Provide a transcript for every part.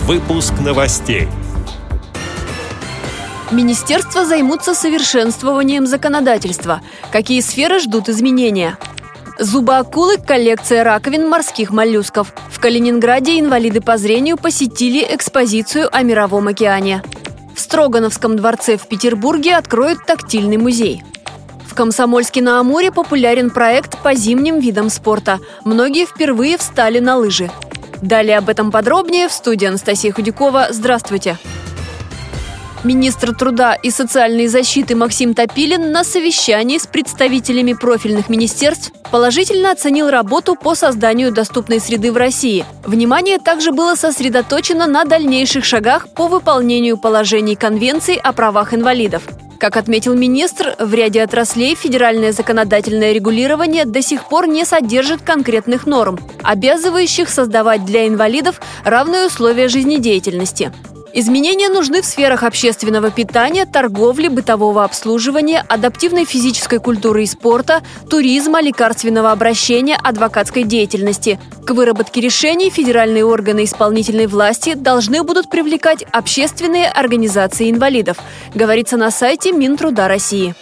Выпуск новостей. Министерства займутся совершенствованием законодательства. Какие сферы ждут изменения? Зубоакулы – коллекция раковин морских моллюсков. В Калининграде инвалиды по зрению посетили экспозицию о Мировом океане. В Строгановском дворце в Петербурге откроют тактильный музей. В Комсомольске-на-Амуре популярен проект по зимним видам спорта. Многие впервые встали на лыжи. Далее об этом подробнее в студии Анастасия Худякова. Здравствуйте! Министр труда и социальной защиты Максим Топилин на совещании с представителями профильных министерств положительно оценил работу по созданию доступной среды в России. Внимание также было сосредоточено на дальнейших шагах по выполнению положений Конвенции о правах инвалидов. Как отметил министр, в ряде отраслей федеральное законодательное регулирование до сих пор не содержит конкретных норм, обязывающих создавать для инвалидов равные условия жизнедеятельности. Изменения нужны в сферах общественного питания, торговли, бытового обслуживания, адаптивной физической культуры и спорта, туризма, лекарственного обращения, адвокатской деятельности. К выработке решений федеральные органы исполнительной власти должны будут привлекать общественные организации инвалидов, говорится на сайте Минтруда России.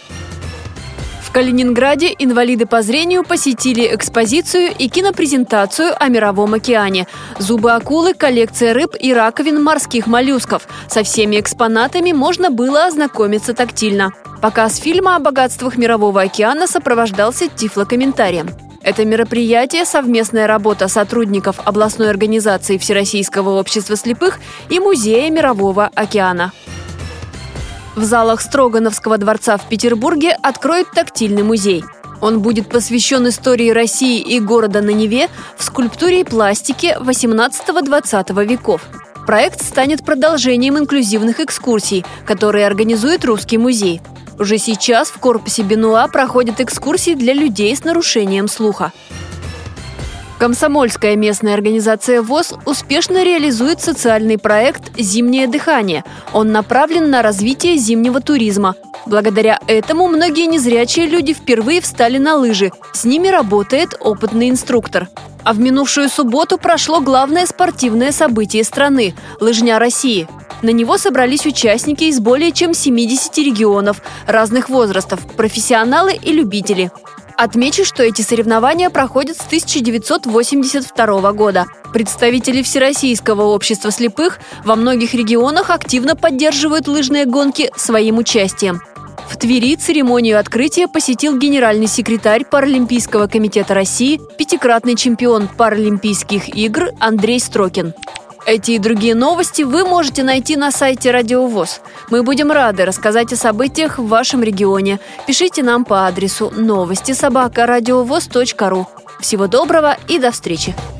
В Калининграде инвалиды по зрению посетили экспозицию и кинопрезентацию о Мировом океане. Зубы-акулы, коллекция рыб и раковин морских моллюсков. Со всеми экспонатами можно было ознакомиться тактильно. Показ фильма о богатствах Мирового океана сопровождался тифлокомментарием. Это мероприятие – совместная работа сотрудников областной организации Всероссийского общества слепых и Музея Мирового океана. В залах Строгановского дворца в Петербурге откроют тактильный музей. Он будет посвящен истории России и города на Неве в скульптуре и пластике XVIII-XX веков. Проект станет продолжением инклюзивных экскурсий, которые организует Русский музей. Уже сейчас в корпусе Бенуа проходят экскурсии для людей с нарушением слуха. Комсомольская местная организация ВОС успешно реализует социальный проект «Зимнее дыхание». Он направлен на развитие зимнего туризма. Благодаря этому многие незрячие люди впервые встали на лыжи. С ними работает опытный инструктор. А в минувшую субботу прошло главное спортивное событие страны – Лыжня России. На него собрались участники из более чем 70 регионов, разных возрастов, профессионалы и любители. Отмечу, что эти соревнования проходят с 1982 года. Представители Всероссийского общества слепых во многих регионах активно поддерживают лыжные гонки своим участием. В Твери церемонию открытия посетил генеральный секретарь Паралимпийского комитета России, пятикратный чемпион Паралимпийских игр Андрей Строкин. Эти и другие новости вы можете найти на сайте Радио ВОС. Мы будем рады рассказать о событиях в вашем регионе. Пишите нам по адресу новости@радиовос.ру. Всего доброго и до встречи!